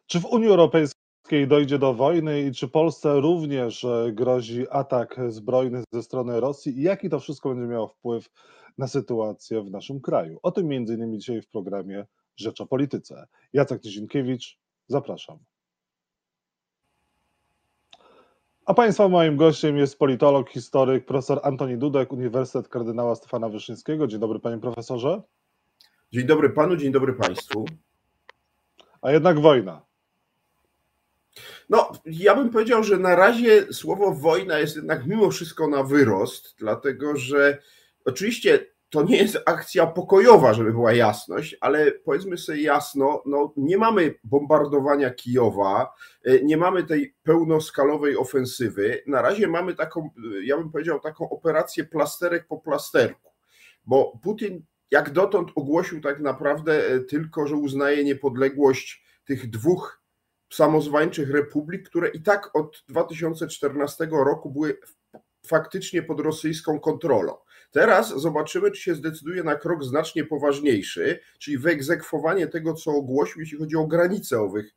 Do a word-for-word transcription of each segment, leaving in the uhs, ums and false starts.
Czy w Unii Europejskiej dojdzie do wojny i czy Polsce również e, grozi atak zbrojny ze strony Rosji i jaki to wszystko będzie miało wpływ na sytuację w naszym kraju? O tym między innymi dzisiaj w programie Rzecz o Polityce. Jacek Nizinkiewicz, zapraszam. A Państwa moim gościem jest politolog, historyk, profesor Antoni Dudek, Uniwersytet Kardynała Stefana Wyszyńskiego. Dzień dobry, panie profesorze. Dzień dobry panu, dzień dobry państwu. A jednak wojna. No, ja bym powiedział, że na razie słowo wojna jest jednak mimo wszystko na wyrost, dlatego że oczywiście to nie jest akcja pokojowa, żeby była jasność, ale powiedzmy sobie jasno, no nie mamy bombardowania Kijowa, nie mamy tej pełnoskalowej ofensywy. Na razie mamy taką, ja bym powiedział, taką operację plasterek po plasterku, bo Putin jak dotąd ogłosił tak naprawdę tylko, że uznaje niepodległość tych dwóch samozwańczych republik, które i tak od dwa tysiące czternastego roku były faktycznie pod rosyjską kontrolą. Teraz zobaczymy, czy się zdecyduje na krok znacznie poważniejszy, czyli wyegzekwowanie tego, co ogłosił, jeśli chodzi o granice owych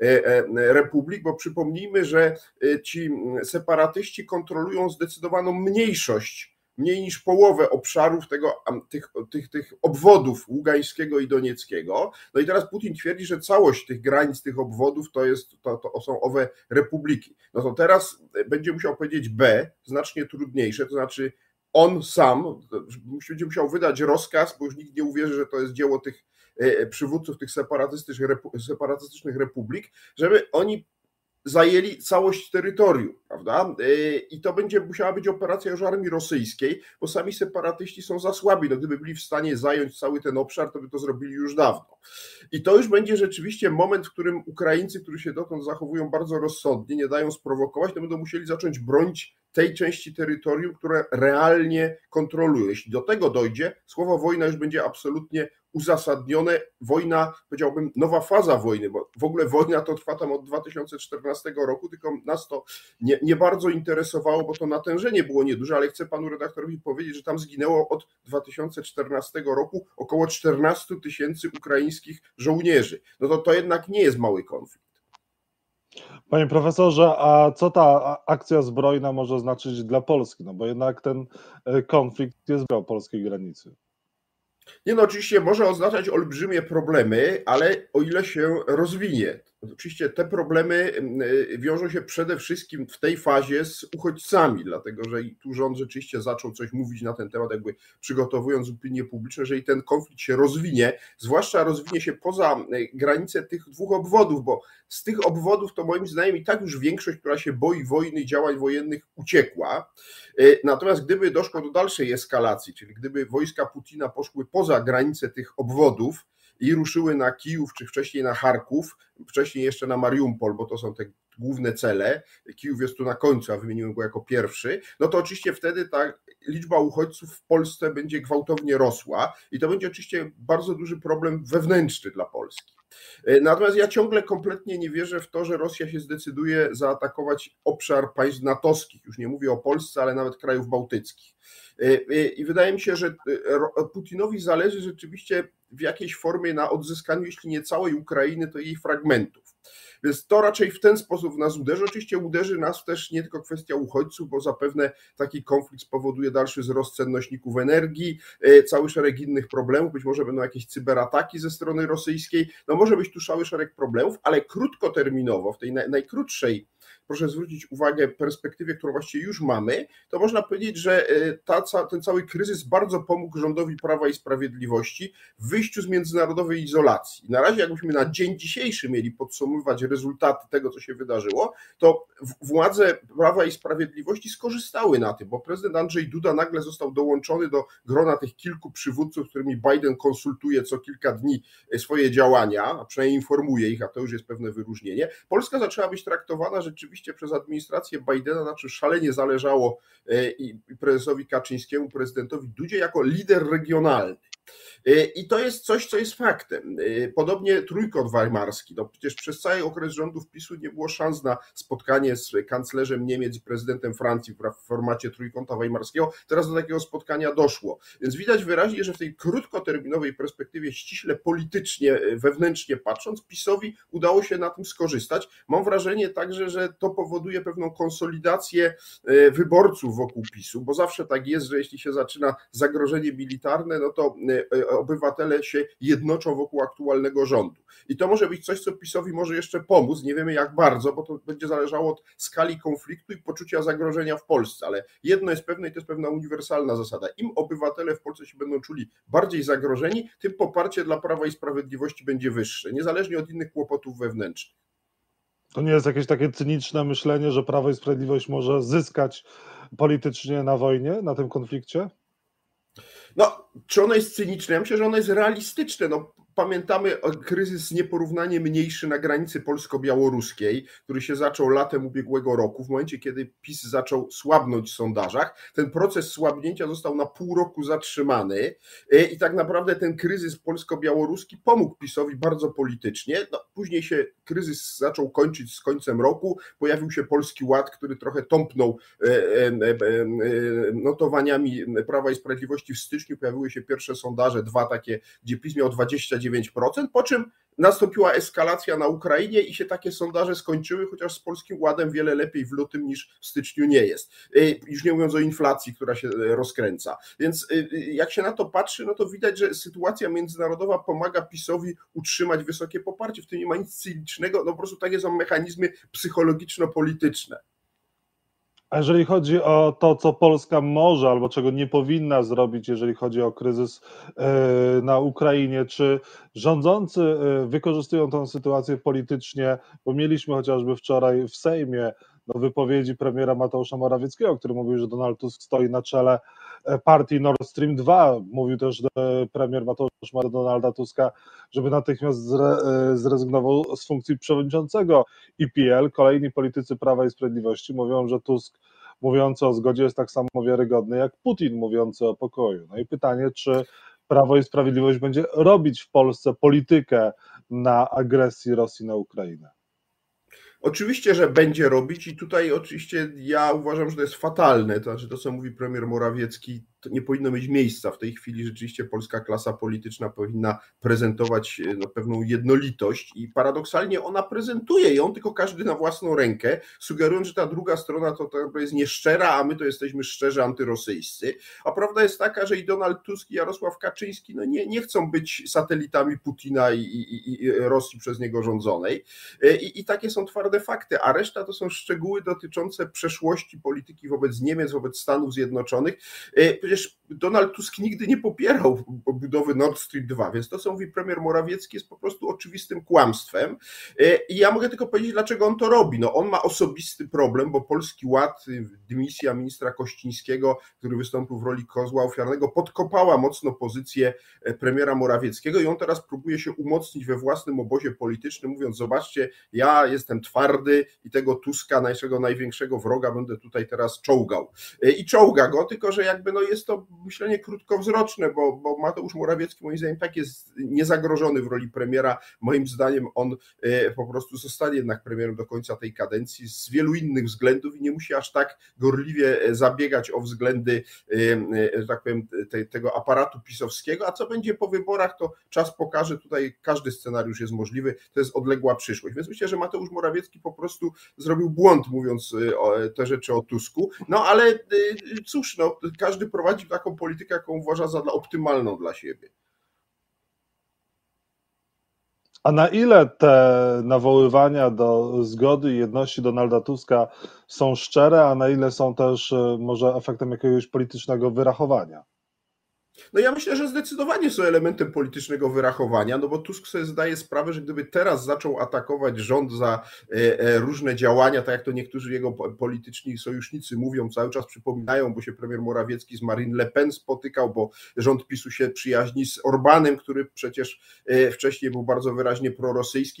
republik, bo przypomnijmy, że ci separatyści kontrolują zdecydowaną mniejszość, mniej niż połowę obszarów tego, tych, tych, tych obwodów Ługańskiego i Donieckiego. No i teraz Putin twierdzi, że całość tych granic, tych obwodów to, jest, to, to są owe republiki. No to teraz będzie musiał powiedzieć B, znacznie trudniejsze, to znaczy on sam będzie musiał wydać rozkaz, bo już nikt nie uwierzy, że to jest dzieło tych przywódców tych separatystycznych, separatystycznych republik, żeby oni zajęli całość terytorium, prawda? I to będzie musiała być operacja już armii rosyjskiej, bo sami separatyści są za słabi. No, gdyby byli w stanie zająć cały ten obszar, to by to zrobili już dawno. I to już będzie rzeczywiście moment, w którym Ukraińcy, którzy się dotąd zachowują bardzo rozsądnie, nie dają sprowokować, to będą musieli zacząć bronić tej części terytorium, które realnie kontrolują. Jeśli do tego dojdzie, słowo wojna już będzie absolutnie uzasadnione. Wojna, powiedziałbym, nowa faza wojny, bo w ogóle wojna to trwa tam od dwa tysiące czternastego roku, tylko nas to nie, nie bardzo interesowało, bo to natężenie było nieduże, ale chcę panu redaktorowi powiedzieć, że tam zginęło od dwa tysiące czternastego roku około czternaście tysięcy ukraińskich żołnierzy. No to to jednak nie jest mały konflikt. Panie profesorze, a co ta akcja zbrojna może znaczyć dla Polski? No bo jednak ten konflikt jest w polskiej granicy. Nie no, oczywiście może oznaczać olbrzymie problemy, ale o ile się rozwinie. Oczywiście te problemy wiążą się przede wszystkim w tej fazie z uchodźcami, dlatego że tu rząd rzeczywiście zaczął coś mówić na ten temat, jakby przygotowując opinię publiczną, jeżeli ten konflikt się rozwinie, zwłaszcza rozwinie się poza granice tych dwóch obwodów, bo z tych obwodów to moim zdaniem i tak już większość, która się boi wojny i działań wojennych, uciekła. Natomiast gdyby doszło do dalszej eskalacji, czyli gdyby wojska Putina poszły poza granice tych obwodów i ruszyły na Kijów, czy wcześniej na Charków, wcześniej jeszcze na Mariumpol, bo to są te główne cele, Kijów jest tu na końcu, a wymieniłem go jako pierwszy, no to oczywiście wtedy ta liczba uchodźców w Polsce będzie gwałtownie rosła i to będzie oczywiście bardzo duży problem wewnętrzny dla Polski. Natomiast ja ciągle kompletnie nie wierzę w to, że Rosja się zdecyduje zaatakować obszar państw natowskich, już nie mówię o Polsce, ale nawet krajów bałtyckich. I wydaje mi się, że Putinowi zależy rzeczywiście w jakiejś formie na odzyskaniu, jeśli nie całej Ukrainy, to jej fragmentów. Więc to raczej w ten sposób nas uderzy. Oczywiście uderzy nas też nie tylko kwestia uchodźców, bo zapewne taki konflikt spowoduje dalszy wzrost cen nośników energii, cały szereg innych problemów, być może będą jakieś cyberataki ze strony rosyjskiej, no może być tu cały szereg problemów, ale krótkoterminowo, w tej najkrótszej, proszę zwrócić uwagę, perspektywie, którą właściwie już mamy, to można powiedzieć, że ta, ten cały kryzys bardzo pomógł rządowi Prawa i Sprawiedliwości w wyjściu z międzynarodowej izolacji. Na razie jakbyśmy na dzień dzisiejszy mieli podsumowywać rezultaty tego, co się wydarzyło, to władze Prawa i Sprawiedliwości skorzystały na tym, bo prezydent Andrzej Duda nagle został dołączony do grona tych kilku przywódców, z którymi Biden konsultuje co kilka dni swoje działania, a przynajmniej informuje ich, a to już jest pewne wyróżnienie. Polska zaczęła być traktowana rzeczywiście przez administrację Bidena, na czym szalenie zależało i prezesowi Kaczyńskiemu, prezydentowi Dudzie, jako lider regionalny. I to jest coś, co jest faktem. Podobnie trójkąt weimarski. No przecież przez cały okres rządów PiSu nie było szans na spotkanie z kanclerzem Niemiec i prezydentem Francji w formacie trójkąta weimarskiego. Teraz do takiego spotkania doszło. Więc widać wyraźnie, że w tej krótkoterminowej perspektywie, ściśle politycznie, wewnętrznie patrząc, PiSowi udało się na tym skorzystać. Mam wrażenie także, że to powoduje pewną konsolidację wyborców wokół PiSu, bo zawsze tak jest, że jeśli się zaczyna zagrożenie militarne, no to obywatele się jednoczą wokół aktualnego rządu. I to może być coś, co PiSowi może jeszcze pomóc, nie wiemy jak bardzo, bo to będzie zależało od skali konfliktu i poczucia zagrożenia w Polsce, ale jedno jest pewne i to jest pewna uniwersalna zasada. Im obywatele w Polsce się będą czuli bardziej zagrożeni, tym poparcie dla Prawa i Sprawiedliwości będzie wyższe, niezależnie od innych kłopotów wewnętrznych. To nie jest jakieś takie cyniczne myślenie, że Prawo i Sprawiedliwość może zyskać politycznie na wojnie, na tym konflikcie? No, czy ono jest cyniczne? Ja myślę, że ono jest realistyczne. No, pamiętamy kryzys nieporównanie mniejszy na granicy polsko-białoruskiej, który się zaczął latem ubiegłego roku, w momencie, kiedy PiS zaczął słabnąć w sondażach. Ten proces słabnięcia został na pół roku zatrzymany i tak naprawdę ten kryzys polsko-białoruski pomógł PiSowi bardzo politycznie. No, później się kryzys zaczął kończyć z końcem roku, pojawił się Polski Ład, który trochę tąpnął notowaniami Prawa i Sprawiedliwości. W styczniu pojawiły się pierwsze sondaże, dwa takie, gdzie PiS miał dwadzieścia dziewięć procent, po czym nastąpiła eskalacja na Ukrainie i się takie sondaże skończyły, chociaż z Polskim Ładem wiele lepiej w lutym niż w styczniu nie jest. Już nie mówiąc o inflacji, która się rozkręca. Więc jak się na to patrzy, no to widać, że sytuacja międzynarodowa pomaga PiSowi utrzymać wysokie poparcie. W tym nie ma nic cynicznego, no po prostu takie są mechanizmy psychologiczno-polityczne. A jeżeli chodzi o to, co Polska może albo czego nie powinna zrobić, jeżeli chodzi o kryzys na Ukrainie, czy rządzący wykorzystują tę sytuację politycznie, bo mieliśmy chociażby wczoraj w Sejmie do wypowiedzi premiera Mateusza Morawieckiego, który mówił, że Donald Tusk stoi na czele partii Nord Stream dwa. Mówił też premier Mateusz do Donalda Tuska, żeby natychmiast zrezygnował z funkcji przewodniczącego I P L. Kolejni politycy Prawa i Sprawiedliwości mówią, że Tusk mówiący o zgodzie jest tak samo wiarygodny jak Putin mówiący o pokoju. No i pytanie, czy Prawo i Sprawiedliwość będzie robić w Polsce politykę na agresji Rosji na Ukrainę? Oczywiście, że będzie robić i tutaj oczywiście ja uważam, że to jest fatalne, to znaczy to, co mówi premier Morawiecki, to nie powinno mieć miejsca. W tej chwili rzeczywiście polska klasa polityczna powinna prezentować no, pewną jednolitość i paradoksalnie ona prezentuje ją, tylko każdy na własną rękę, sugerując, że ta druga strona to, to jest nieszczera, a my to jesteśmy szczerzy antyrosyjscy. A prawda jest taka, że i Donald Tusk i Jarosław Kaczyński no, nie, nie chcą być satelitami Putina i, i, i Rosji przez niego rządzonej. I, I takie są twarde fakty, a reszta to są szczegóły dotyczące przeszłości polityki wobec Niemiec, wobec Stanów Zjednoczonych. Przecież Donald Tusk nigdy nie popierał budowy Nord Stream dwa, więc to, co mówi premier Morawiecki, jest po prostu oczywistym kłamstwem. I ja mogę tylko powiedzieć, dlaczego on to robi. No, on ma osobisty problem, bo Polski Ład, dymisja ministra Kościńskiego, który wystąpił w roli kozła ofiarnego, podkopała mocno pozycję premiera Morawieckiego i on teraz próbuje się umocnić we własnym obozie politycznym, mówiąc, zobaczcie, ja jestem twardy i tego Tuska, naszego największego wroga, będę tutaj teraz czołgał. I czołga go, tylko że jakby no jest to myślenie krótkowzroczne, bo, bo Mateusz Morawiecki moim zdaniem tak jest niezagrożony w roli premiera. Moim zdaniem on po prostu zostanie jednak premierem do końca tej kadencji z wielu innych względów i nie musi aż tak gorliwie zabiegać o względy, że tak powiem, te, tego aparatu pisowskiego, a co będzie po wyborach, to czas pokaże. Tutaj każdy scenariusz jest możliwy, to jest odległa przyszłość. Więc myślę, że Mateusz Morawiecki po prostu zrobił błąd, mówiąc te rzeczy o Tusku. No ale cóż, no, każdy prowadzi taką politykę, jaką uważa za optymalną dla siebie. A na ile te nawoływania do zgody i jedności Donalda Tuska są szczere, a na ile są też może efektem jakiegoś politycznego wyrachowania? No ja myślę, że zdecydowanie są elementem politycznego wyrachowania, no bo Tusk sobie zdaje sprawę, że gdyby teraz zaczął atakować rząd za różne działania, tak jak to niektórzy jego polityczni sojusznicy mówią, cały czas przypominają, bo się premier Morawiecki z Marine Le Pen spotykał, bo rząd PiSu się przyjaźni z Orbanem, który przecież wcześniej był bardzo wyraźnie prorosyjski,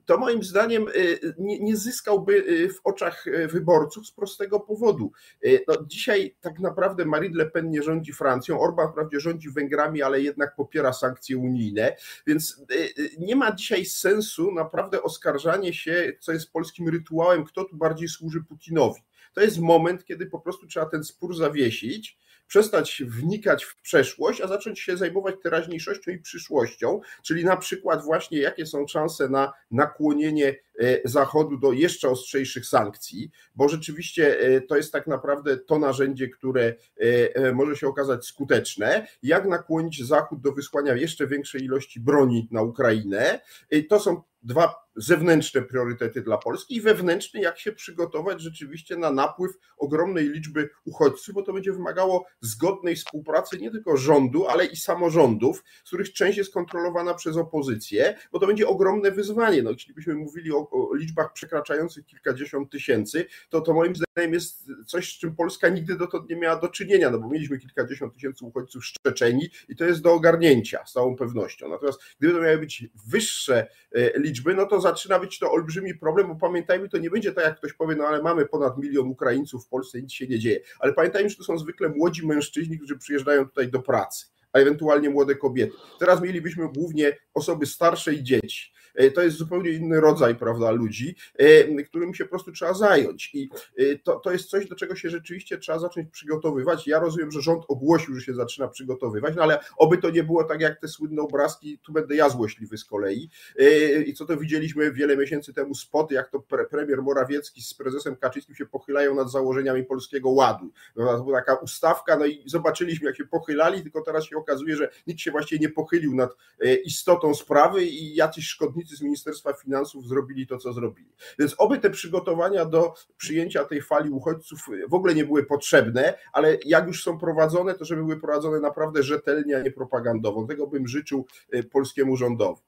to moim zdaniem nie, nie zyskałby w oczach wyborców z prostego powodu. No, dzisiaj tak naprawdę Marine Le Pen nie rządzi Francją, Orban wprawdzie rządzi Węgrami, ale jednak popiera sankcje unijne, więc nie ma dzisiaj sensu naprawdę oskarżanie się, co jest polskim rytuałem, kto tu bardziej służy Putinowi. To jest moment, kiedy po prostu trzeba ten spór zawiesić, przestać wnikać w przeszłość, a zacząć się zajmować teraźniejszością i przyszłością, czyli na przykład właśnie jakie są szanse na nakłonienie Zachodu do jeszcze ostrzejszych sankcji, bo rzeczywiście to jest tak naprawdę to narzędzie, które może się okazać skuteczne, jak nakłonić Zachód do wysłania jeszcze większej ilości broni na Ukrainę. To są dwa zewnętrzne priorytety dla Polski i wewnętrzny, jak się przygotować rzeczywiście na napływ ogromnej liczby uchodźców, bo to będzie wymagało zgodnej współpracy nie tylko rządu, ale i samorządów, z których część jest kontrolowana przez opozycję, bo to będzie ogromne wyzwanie. No, jeśli byśmy mówili o, o liczbach przekraczających kilkadziesiąt tysięcy, to to moim zdaniem jest coś, z czym Polska nigdy dotąd nie miała do czynienia, no bo mieliśmy kilkadziesiąt tysięcy uchodźców z Czeczenii i to jest do ogarnięcia z całą pewnością. Natomiast gdyby to miały być wyższe liczby, no to zaczyna być to olbrzymi problem, bo pamiętajmy, to nie będzie tak, jak ktoś powie, no ale mamy ponad milion Ukraińców w Polsce, nic się nie dzieje. Ale pamiętajmy, że to są zwykle młodzi mężczyźni, którzy przyjeżdżają tutaj do pracy, a ewentualnie młode kobiety. Teraz mielibyśmy głównie osoby starsze i dzieci. To jest zupełnie inny rodzaj, prawda, ludzi, którym się po prostu trzeba zająć. I to, to jest coś, do czego się rzeczywiście trzeba zacząć przygotowywać. Ja rozumiem, że rząd ogłosił, że się zaczyna przygotowywać, no ale oby to nie było tak jak te słynne obrazki, tu będę ja złośliwy z kolei. I co to widzieliśmy wiele miesięcy temu spot, jak to pre, premier Morawiecki z prezesem Kaczyńskim się pochylają nad założeniami Polskiego Ładu. No, to była taka ustawka, no i zobaczyliśmy, jak się pochylali, tylko teraz się okazuje, że nikt się właściwie nie pochylił nad istotą sprawy i jacyś szkodnicy z Ministerstwa Finansów zrobili to, co zrobili. Więc oby te przygotowania do przyjęcia tej fali uchodźców w ogóle nie były potrzebne, ale jak już są prowadzone, to żeby były prowadzone naprawdę rzetelnie, a nie propagandowo. Tego bym życzył polskiemu rządowi.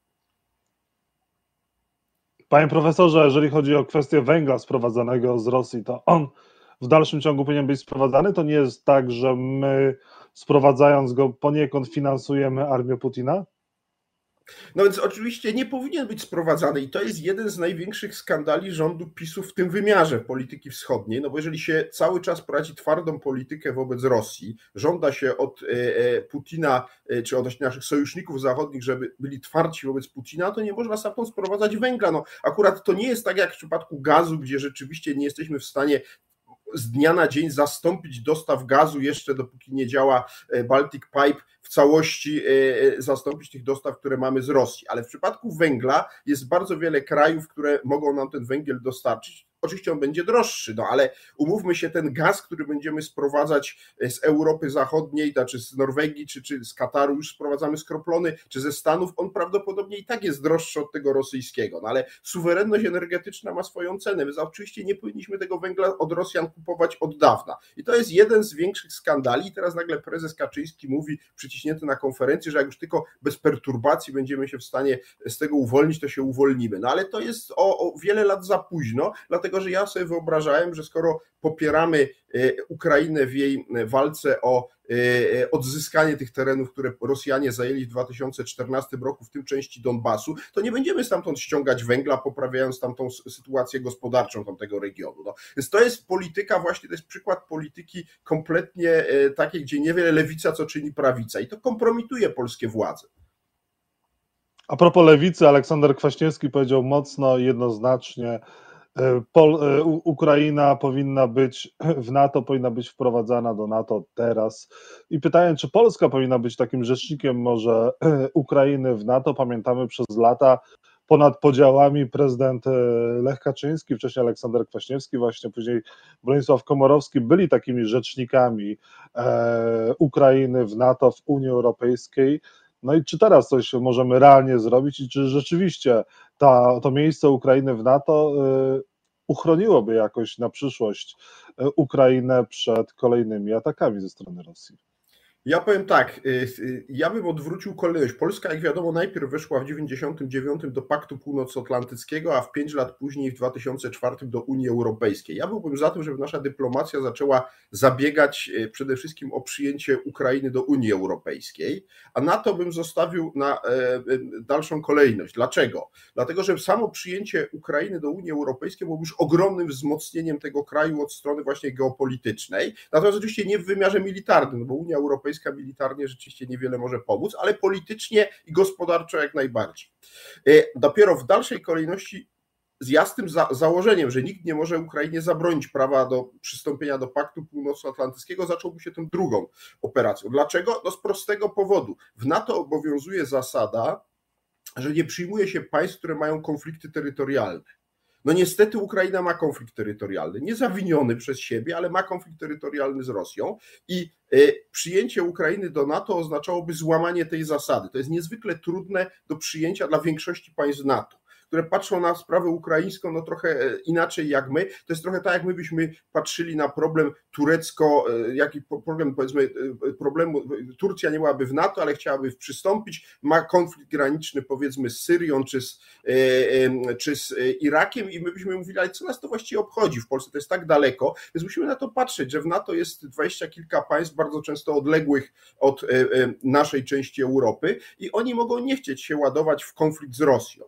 Panie profesorze, jeżeli chodzi o kwestię węgla sprowadzanego z Rosji, to on w dalszym ciągu powinien być sprowadzany? To nie jest tak, że my sprowadzając go poniekąd finansujemy armię Putina? No więc oczywiście nie powinien być sprowadzany i to jest jeden z największych skandali rządu PiSu w tym wymiarze polityki wschodniej, no bo jeżeli się cały czas prowadzi twardą politykę wobec Rosji, żąda się od Putina czy od naszych sojuszników zachodnich, żeby byli twardsi wobec Putina, to nie można stamtąd sprowadzać węgla. No akurat to nie jest tak jak w przypadku gazu, gdzie rzeczywiście nie jesteśmy w stanie z dnia na dzień zastąpić dostaw gazu jeszcze dopóki nie działa Baltic Pipe w całości, zastąpić tych dostaw, które mamy z Rosji. Ale w przypadku węgla jest bardzo wiele krajów, które mogą nam ten węgiel dostarczyć. Oczywiście on będzie droższy, no ale umówmy się, ten gaz, który będziemy sprowadzać z Europy Zachodniej, czy z Norwegii, czy, czy z Kataru już sprowadzamy skroplony, czy ze Stanów, on prawdopodobnie i tak jest droższy od tego rosyjskiego, no ale suwerenność energetyczna ma swoją cenę, więc oczywiście nie powinniśmy tego węgla od Rosjan kupować od dawna. I to jest jeden z większych skandali i teraz nagle prezes Kaczyński mówi, przyciśnięty na konferencji, że jak już tylko bez perturbacji będziemy się w stanie z tego uwolnić, to się uwolnimy. No ale to jest o, o wiele lat za późno, dlatego że ja sobie wyobrażałem, że skoro popieramy Ukrainę w jej walce o odzyskanie tych terenów, które Rosjanie zajęli w dwa tysiące czternastym roku, w tym części Donbasu, to nie będziemy stamtąd ściągać węgla, poprawiając tamtą sytuację gospodarczą tamtego regionu. No, więc to jest polityka, właśnie to jest przykład polityki kompletnie takiej, gdzie niewiele lewica, co czyni prawica i to kompromituje polskie władze. A propos lewicy, Aleksander Kwaśniewski powiedział mocno i jednoznacznie, Pol, Ukraina powinna być w NATO, powinna być wprowadzana do NATO teraz. I pytanie, czy Polska powinna być takim rzecznikiem może Ukrainy w NATO? Pamiętamy przez lata ponad podziałami prezydent Lech Kaczyński, wcześniej Aleksander Kwaśniewski, właśnie później Bronisław Komorowski byli takimi rzecznikami e, Ukrainy w NATO, w Unii Europejskiej. No i czy teraz coś możemy realnie zrobić i czy rzeczywiście ta, to miejsce Ukrainy w NATO y, uchroniłoby jakoś na przyszłość Ukrainę przed kolejnymi atakami ze strony Rosji? Ja powiem tak, ja bym odwrócił kolejność. Polska, jak wiadomo, najpierw weszła w dziewięćdziesiątym dziewiątym do Paktu Północnoatlantyckiego, a w pięć lat później, w dwa tysiące czwartym do Unii Europejskiej. Ja byłbym za tym, żeby nasza dyplomacja zaczęła zabiegać przede wszystkim o przyjęcie Ukrainy do Unii Europejskiej, a na to bym zostawił na dalszą kolejność. Dlaczego? Dlatego, że samo przyjęcie Ukrainy do Unii Europejskiej byłoby już ogromnym wzmocnieniem tego kraju od strony właśnie geopolitycznej, natomiast oczywiście nie w wymiarze militarnym, no bo Unia Europejska militarnie rzeczywiście niewiele może pomóc, ale politycznie i gospodarczo jak najbardziej. Dopiero w dalszej kolejności z jasnym za założeniem, że nikt nie może Ukrainie zabronić prawa do przystąpienia do Paktu Północnoatlantyckiego, zacząłby się tą drugą operacją. Dlaczego? No z prostego powodu. W NATO obowiązuje zasada, że nie przyjmuje się państw, które mają konflikty terytorialne. No niestety Ukraina ma konflikt terytorialny, nie zawiniony przez siebie, ale ma konflikt terytorialny z Rosją i przyjęcie Ukrainy do NATO oznaczałoby złamanie tej zasady. To jest niezwykle trudne do przyjęcia dla większości państw NATO, które patrzą na sprawę ukraińską no trochę inaczej jak my. To jest trochę tak, jak my byśmy patrzyli na problem turecko, jaki problem, powiedzmy, problemu, Turcja nie byłaby w NATO, ale chciałaby przystąpić, ma konflikt graniczny, powiedzmy, z Syrią czy z, czy z Irakiem i my byśmy mówili, ale co nas to właściwie obchodzi? W Polsce to jest tak daleko, więc musimy na to patrzeć, że w NATO jest dwadzieścia kilka państw, bardzo często odległych od naszej części Europy i oni mogą nie chcieć się ładować w konflikt z Rosją.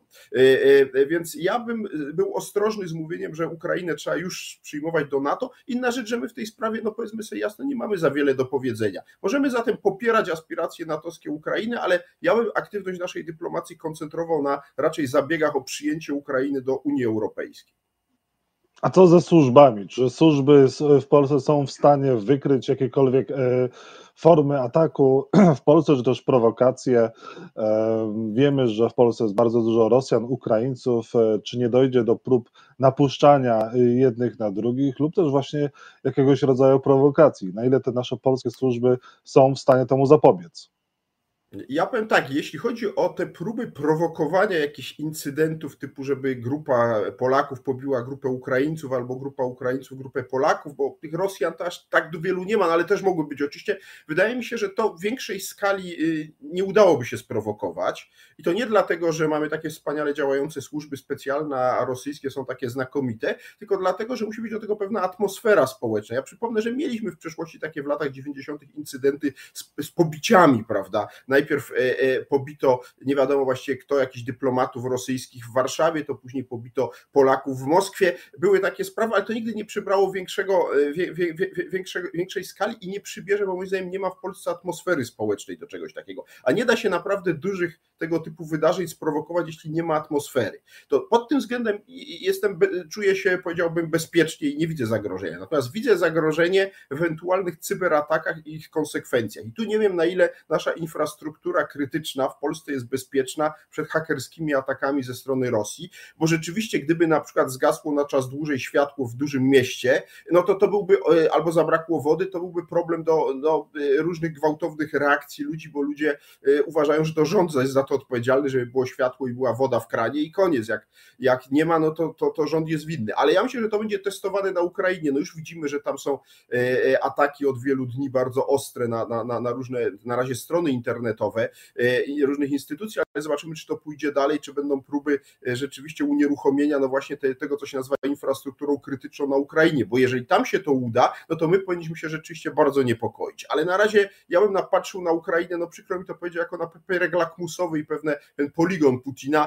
Więc ja bym był ostrożny z mówieniem, że Ukrainę trzeba już przyjmować do NATO. Inna rzecz, że my w tej sprawie, no powiedzmy sobie jasno, nie mamy za wiele do powiedzenia. Możemy zatem popierać aspiracje natowskie Ukrainy, ale ja bym aktywność naszej dyplomacji koncentrował na raczej zabiegach o przyjęcie Ukrainy do Unii Europejskiej. A co ze służbami? Czy służby w Polsce są w stanie wykryć jakiekolwiek formy ataku w Polsce, czy też prowokacje? Wiemy, że w Polsce jest bardzo dużo Rosjan, Ukraińców. Czy nie dojdzie do prób napuszczania jednych na drugich lub też właśnie jakiegoś rodzaju prowokacji? Na ile te nasze polskie służby są w stanie temu zapobiec? Ja powiem tak, jeśli chodzi o te próby prowokowania jakichś incydentów typu, żeby grupa Polaków pobiła grupę Ukraińców albo grupa Ukraińców grupę Polaków, bo tych Rosjan to aż tak do wielu nie ma, no ale też mogły być oczywiście, wydaje mi się, że to w większej skali nie udałoby się sprowokować i to nie dlatego, że mamy takie wspaniale działające służby specjalne, a rosyjskie są takie znakomite, tylko dlatego, że musi być do tego pewna atmosfera społeczna. Ja przypomnę, że mieliśmy w przeszłości takie w latach dziewięćdziesiątych incydenty z, z pobiciami, prawda? Najpierw pobito nie wiadomo właściwie kto, jakichś dyplomatów rosyjskich w Warszawie, to później pobito Polaków w Moskwie. Były takie sprawy, ale to nigdy nie przybrało większego, wie, wie, większego, większej skali i nie przybierze, bo moim zdaniem nie ma w Polsce atmosfery społecznej do czegoś takiego. A nie da się naprawdę dużych tego typu wydarzeń sprowokować, jeśli nie ma atmosfery. To pod tym względem jestem, czuję się, powiedziałbym, bezpiecznie i nie widzę zagrożenia. Natomiast widzę zagrożenie w ewentualnych cyberatakach i ich konsekwencjach. I tu nie wiem, na ile nasza infrastruktura krytyczna w Polsce jest bezpieczna przed hakerskimi atakami ze strony Rosji, bo rzeczywiście gdyby na przykład zgasło na czas dłużej światło w dużym mieście, no to to byłby, albo zabrakło wody, to byłby problem do, do różnych gwałtownych reakcji ludzi, bo ludzie uważają, że to rząd jest za to odpowiedzialny, żeby było światło i była woda w kranie i koniec. Jak, jak nie ma, no to, to, to rząd jest winny. Ale ja myślę, że to będzie testowane na Ukrainie. No już widzimy, że tam są ataki od wielu dni bardzo ostre na, na, na różne, na razie strony internetowe i różnych instytucji, ale zobaczymy, czy to pójdzie dalej, czy będą próby rzeczywiście unieruchomienia no właśnie te, tego, co się nazywa infrastrukturą krytyczną na Ukrainie, bo jeżeli tam się to uda, no to my powinniśmy się rzeczywiście bardzo niepokoić. Ale na razie ja bym napatrzył na Ukrainę, no przykro mi to powiedzieć, jako na papierek lakmusowy i pewne, ten poligon Putina.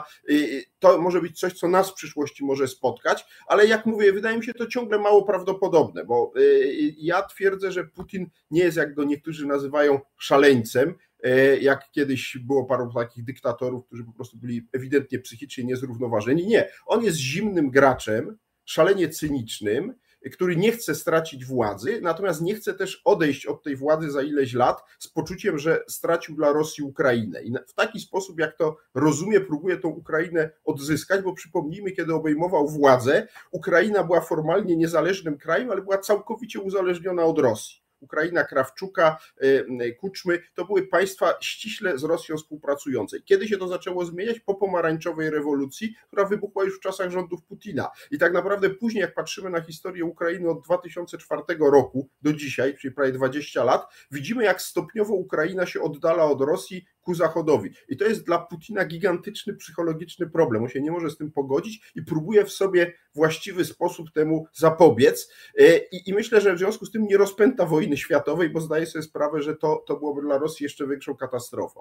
To może być coś, co nas w przyszłości może spotkać, ale jak mówię, wydaje mi się to ciągle mało prawdopodobne, bo ja twierdzę, że Putin nie jest, jak go niektórzy nazywają, szaleńcem, jak kiedyś było paru takich dyktatorów, którzy po prostu byli ewidentnie psychicznie niezrównoważeni. Nie, on jest zimnym graczem, szalenie cynicznym, który nie chce stracić władzy, natomiast nie chce też odejść od tej władzy za ileś lat z poczuciem, że stracił dla Rosji Ukrainę. I w taki sposób, jak to rozumie, próbuje tą Ukrainę odzyskać, bo przypomnijmy, kiedy obejmował władzę, Ukraina była formalnie niezależnym krajem, ale była całkowicie uzależniona od Rosji. Ukraina Krawczuka, Kuczmy, to były państwa ściśle z Rosją współpracujące. Kiedy się to zaczęło zmieniać? Po pomarańczowej rewolucji, która wybuchła już w czasach rządów Putina. I tak naprawdę później, jak patrzymy na historię Ukrainy od dwa tysiące czwartego roku do dzisiaj, czyli prawie dwadzieścia lat, widzimy, jak stopniowo Ukraina się oddala od Rosji ku Zachodowi. I to jest dla Putina gigantyczny psychologiczny problem. On się nie może z tym pogodzić i próbuje w sobie właściwy sposób temu zapobiec. I, i myślę, że w związku z tym nie rozpęta wojny światowej, bo zdaje sobie sprawę, że to, to byłoby dla Rosji jeszcze większą katastrofą.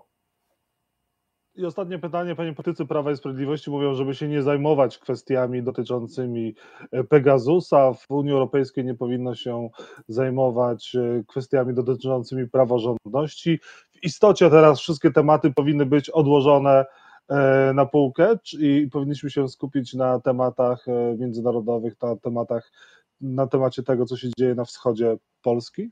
I ostatnie pytanie. Panie politycy Prawa i Sprawiedliwości mówią, żeby się nie zajmować kwestiami dotyczącymi Pegasusa. W Unii Europejskiej nie powinno się zajmować kwestiami dotyczącymi praworządności. W istocie teraz wszystkie tematy powinny być odłożone na półkę i powinniśmy się skupić na tematach międzynarodowych, na tematach, na temacie tego, co się dzieje na wschodzie Polski?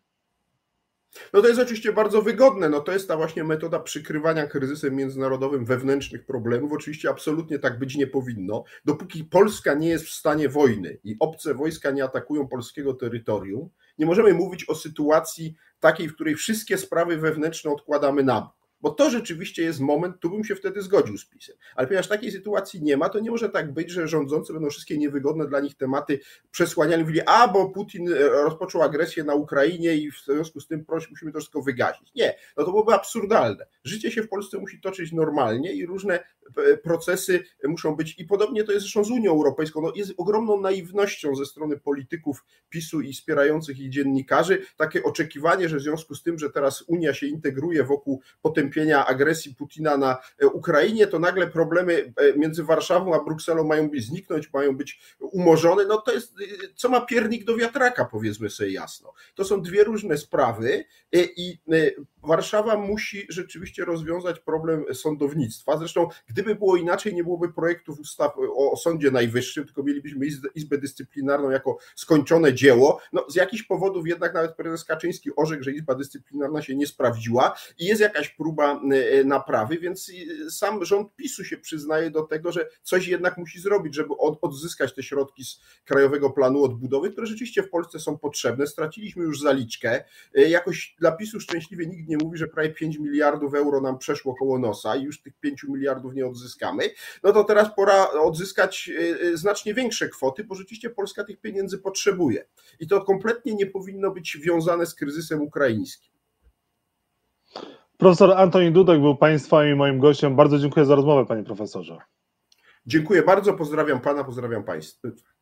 No to jest oczywiście bardzo wygodne, no to jest ta właśnie metoda przykrywania kryzysem międzynarodowym wewnętrznych problemów. Oczywiście absolutnie tak być nie powinno. Dopóki Polska nie jest w stanie wojny i obce wojska nie atakują polskiego terytorium, nie możemy mówić o sytuacji takiej, w której wszystkie sprawy wewnętrzne odkładamy na bok. Bo to rzeczywiście jest moment, tu bym się wtedy zgodził z PiS-em. Ale ponieważ takiej sytuacji nie ma, to nie może tak być, że rządzący będą wszystkie niewygodne dla nich tematy przesłaniali, mówili, a bo Putin rozpoczął agresję na Ukrainie i w związku z tym proś, musimy to wszystko wygasić. Nie, no to byłoby absurdalne. Życie się w Polsce musi toczyć normalnie i różne procesy muszą być, i podobnie to jest zresztą z Unią Europejską, no jest ogromną naiwnością ze strony polityków PiS-u i wspierających ich dziennikarzy takie oczekiwanie, że w związku z tym, że teraz Unia się integruje wokół potępienia agresji Putina na Ukrainie, to nagle problemy między Warszawą a Brukselą mają być zniknąć, mają być umorzone. No to jest, co ma piernik do wiatraka, powiedzmy sobie jasno. To są dwie różne sprawy i Warszawa musi rzeczywiście rozwiązać problem sądownictwa. Zresztą gdyby było inaczej, nie byłoby projektów ustaw o Sądzie Najwyższym, tylko mielibyśmy Izbę Dyscyplinarną jako skończone dzieło. No, z jakichś powodów jednak nawet prezes Kaczyński orzekł, że Izba Dyscyplinarna się nie sprawdziła i jest jakaś próba naprawy, więc sam rząd PiS-u się przyznaje do tego, że coś jednak musi zrobić, żeby odzyskać te środki z Krajowego Planu Odbudowy, które rzeczywiście w Polsce są potrzebne. Straciliśmy już zaliczkę. Jakoś dla PiS-u szczęśliwie nikt nie mówi, że prawie pięć miliardów euro nam przeszło koło nosa i już tych pięciu miliardów nie odzyskamy. No to teraz pora odzyskać znacznie większe kwoty, bo rzeczywiście Polska tych pieniędzy potrzebuje. I to kompletnie nie powinno być wiązane z kryzysem ukraińskim. Profesor Antoni Dudek był Państwa i moim gościem. Bardzo dziękuję za rozmowę, panie profesorze. Dziękuję bardzo, pozdrawiam pana, pozdrawiam państwa.